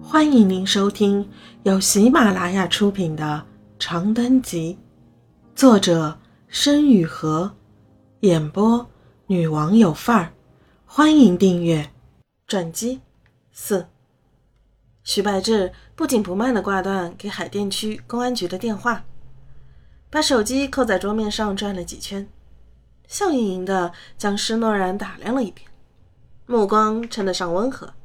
欢迎您收听由喜马拉雅出品的《长灯集》，作者申雨禾，演播女王有范儿。欢迎订阅。转机4。徐白志不紧不慢地挂断给海淀区公安局的电话，把手机扣在桌面上转了几圈，笑盈盈地将施诺然打量了一遍，目光称得上温和。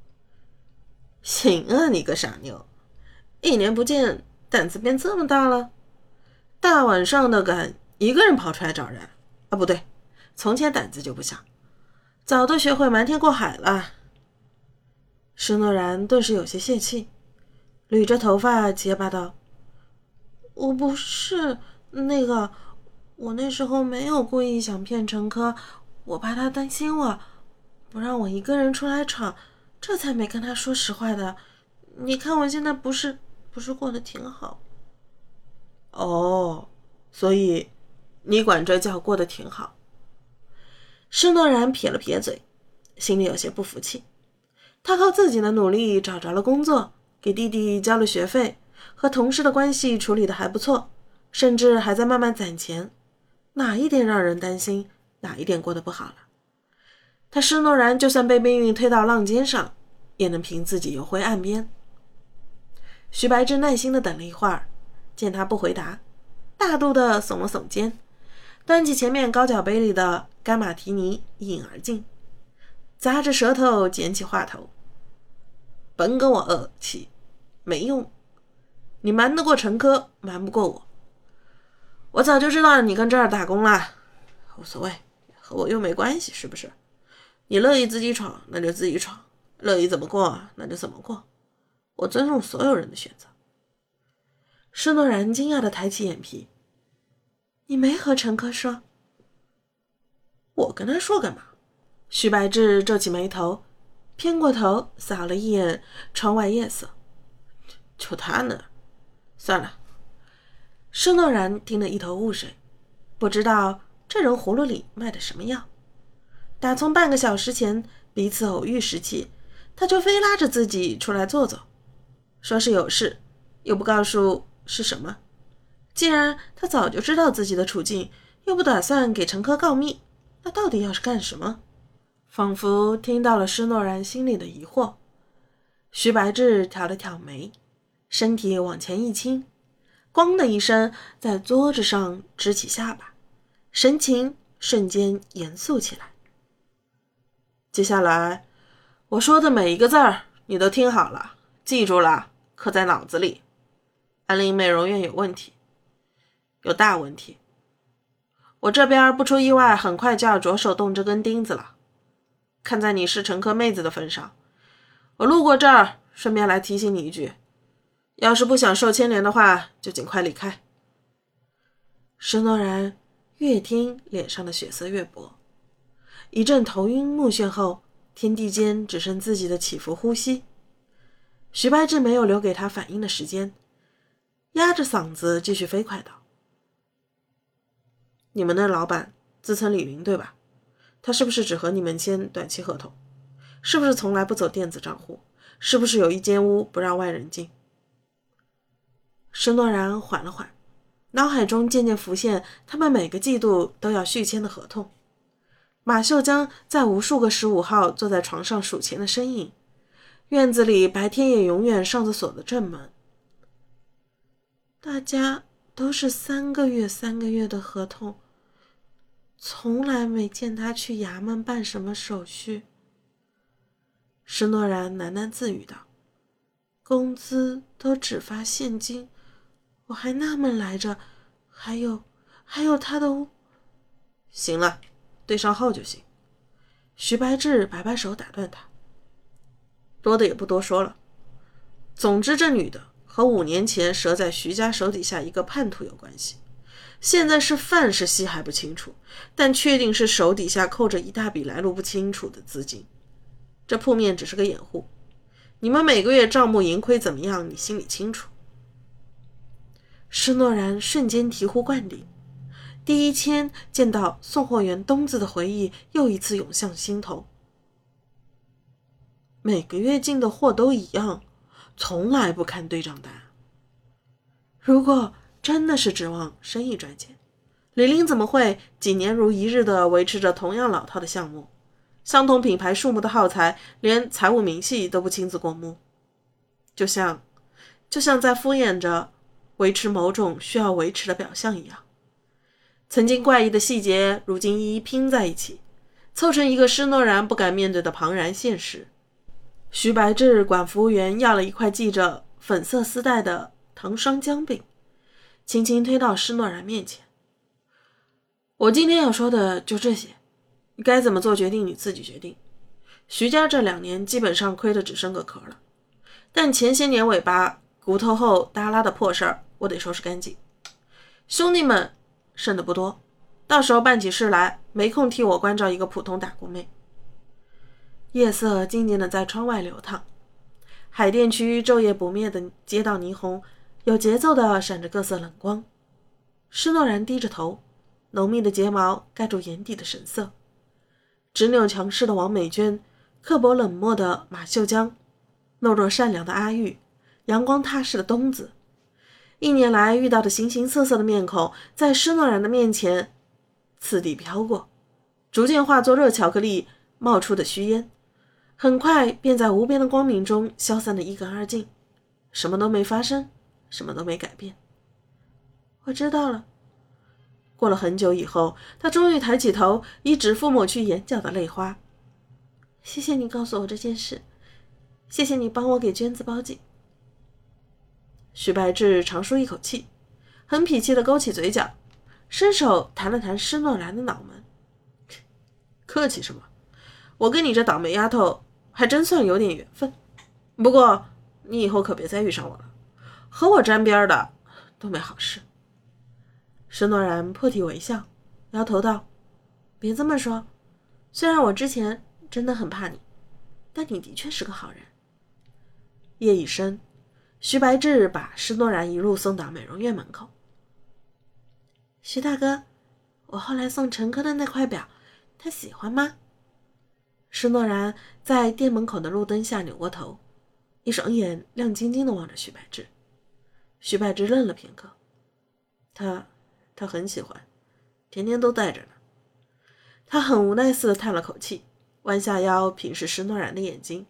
行啊，你个傻妞，1年不见，胆子变这么大了？大晚上的敢一个人跑出来找人啊？不对，从前胆子就不小，早都学会瞒天过海了。施诺然顿时有些泄气，捋着头发结巴道：我不是我那时候没有故意想骗陈科，我怕他担心我，不让我一个人出来闯，这才没跟他说实话的。你看我现在不是过得挺好。哦，所以你管这叫过得挺好？施诺然撇了撇嘴，心里有些不服气。他靠自己的努力找着了工作，给弟弟交了学费，和同事的关系处理得还不错，甚至还在慢慢攒钱，哪一点让人担心，哪一点过得不好了？他施诺然就算被命运推到浪尖上，也能凭自己游回岸边。徐白志耐心地等了一会儿，见他不回答，大度地耸了耸肩，端起前面高脚杯里的干马提尼一饮而尽，咂着舌头捡起话头：甭跟我恶气，没用，你瞒得过陈科，瞒不过我。我早就知道你跟这儿打工了，无所谓，和我又没关系，是不是？你乐意自己闯，那就自己闯，乐意怎么过，那就怎么过，我尊重所有人的选择。施诺然惊讶地抬起眼皮：你没和陈科说？我跟他说干嘛？徐白志皱起眉头，偏过头扫了一眼窗外夜色。就他呢？算了。施诺然听得一头雾水，不知道这人葫芦里卖的什么药。打从半个小时前彼此偶遇时起，他就非拉着自己出来坐坐，说是有事，又不告诉是什么。既然他早就知道自己的处境，又不打算给陈科告密，那到底要是干什么？仿佛听到了施诺然心里的疑惑。徐白志挑了挑眉，身体往前一倾，咣的一声在桌子上支起下巴，神情瞬间严肃起来。接下来我说的每一个字儿你都听好了，记住了，刻在脑子里。安林美容院有问题，有大问题。我这边不出意外，很快就要着手动这根钉子了。看在你是陈科妹子的份上，我路过这儿，顺便来提醒你一句，要是不想受牵连的话，就尽快离开。施诺然越听脸上的血色越薄，一阵头晕目眩后，天地间只剩自己的起伏呼吸。徐白志没有留给他反应的时间，压着嗓子继续飞快道：你们的老板自称李林对吧？他是不是只和你们签短期合同？是不是从来不走电子账户？是不是有一间屋不让外人进？施诺然缓了缓，脑海中渐渐浮现他们每个季度都要续签的合同。马秀江在无数个15号坐在床上数钱的身影，院子里白天也永远上着锁的正门。大家都是3个月的合同，从来没见他去衙门办什么手续。施诺然喃喃自语道：工资都只发现金，我还纳闷来着，还有他的屋。行了，对上号就行。徐白志摆摆手打断他，多的也不多说了。总之这女的和5年前折在徐家手底下一个叛徒有关系，现在是范是息还不清楚，但确定是手底下扣着一大笔来路不清楚的资金。这铺面只是个掩护，你们每个月账目盈亏怎么样，你心里清楚。施诺然瞬间醍醐灌顶，第一签见到送货员东子的回忆又一次涌向心头。每个月进的货都一样， 从来不看对账单。如果真的是指望生意赚钱，李林怎么会几年如一日地维持着同样老套的项目，相同品牌数目的耗材，连财务明细都不亲自过目，就像在敷衍着维持某种需要维持的表象一样。曾经怪异的细节，如今一一拼在一起，凑成一个施诺然不敢面对的庞然现实。徐白志管服务员要了一块系着粉色丝带的糖霜姜饼，轻轻推到施诺然面前。我今天要说的就这些，你该怎么做决定你自己决定。徐家这2年基本上亏得只剩个壳了，但前些年尾巴骨头后耷拉的破事儿，我得收拾干净。兄弟们剩的不多，到时候办起事来，没空替我关照一个普通打工妹。夜色静静地在窗外流淌，海淀区昼夜不灭的街道霓虹有节奏地闪着各色冷光。施诺然低着头，浓密的睫毛盖住眼底的神色。执拗强势的王美娟，刻薄冷漠的马秀江，懦弱善良的阿玉，阳光踏实的东子，1年来遇到的形形色色的面孔，在施诺然的面前次第飘过，逐渐化作热巧克力冒出的虚烟，很快便在无边的光明中消散得一干二净，什么都没发生，什么都没改变。我知道了。过了很久以后，他终于抬起头，以指腹抹去眼角的泪花。谢谢你告诉我这件事，谢谢你帮我给娟子包紧。徐白志长舒一口气，很痞气地勾起嘴角，伸手弹了弹施诺然的脑门。客气什么？我跟你这倒霉丫头还真算有点缘分。不过你以后可别再遇上我了，和我沾边的都没好事。施诺然破涕为笑，摇头道：别这么说，虽然我之前真的很怕你，但你的确是个好人。夜已深，徐白志把施诺然一路送到美容院门口。徐大哥，我后来送陈科的那块表，他喜欢吗？施诺然在店门口的路灯下扭过头，一双眼亮晶晶地望着徐白志。徐白志愣了片刻，他很喜欢，天天都戴着呢。他很无奈似的叹了口气，弯下腰平视施诺然的眼睛。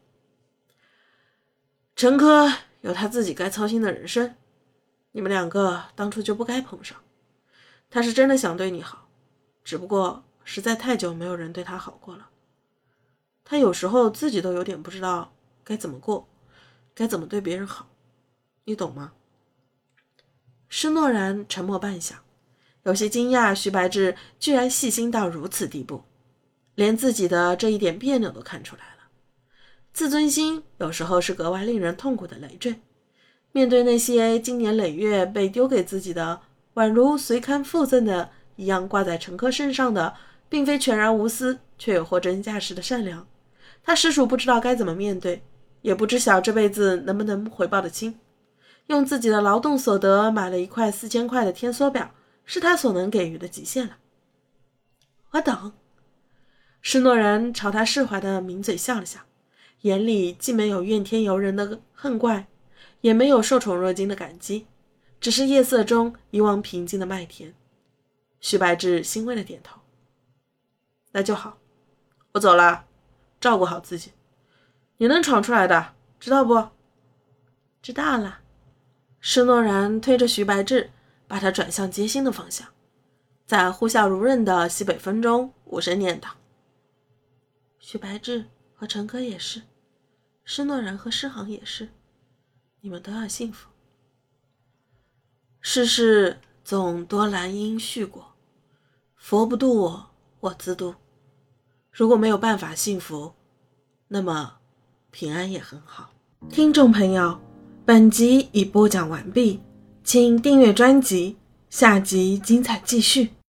陈科有他自己该操心的人生，你们2个当初就不该碰上。他是真的想对你好，只不过实在太久没有人对他好过了。他有时候自己都有点不知道该怎么过，该怎么对别人好，你懂吗？施诺然沉默半晌，有些惊讶徐白志居然细心到如此地步，连自己的这一点别扭都看出来了。自尊心有时候是格外令人痛苦的累赘，面对那些经年累月被丢给自己的，宛如随刊附赠的一样挂在陈科身上的，并非全然无私却有货真价实的善良，他实属不知道该怎么面对，也不知晓这辈子能不能回报得清。用自己的劳动所得买了一块4000块的天梭表，是他所能给予的极限了。我懂。施诺然朝他释怀的抿嘴笑了笑，眼里既没有怨天尤人的恨怪，也没有受宠若惊的感激，只是夜色中一望平静的麦田。徐白志欣慰的点头。那就好，我走了，照顾好自己。你能闯出来的，知道不？知道了。施诺然推着徐白志，把他转向街心的方向，在呼啸如刃的西北风中无声念叨：徐白志和陈科也是，施诺然和施航也是，你们都要幸福。世事总多兰因絮果，佛不渡我，我自渡。如果没有办法幸福，那么平安也很好。听众朋友，本集已播讲完毕，请订阅专辑，下集精彩继续。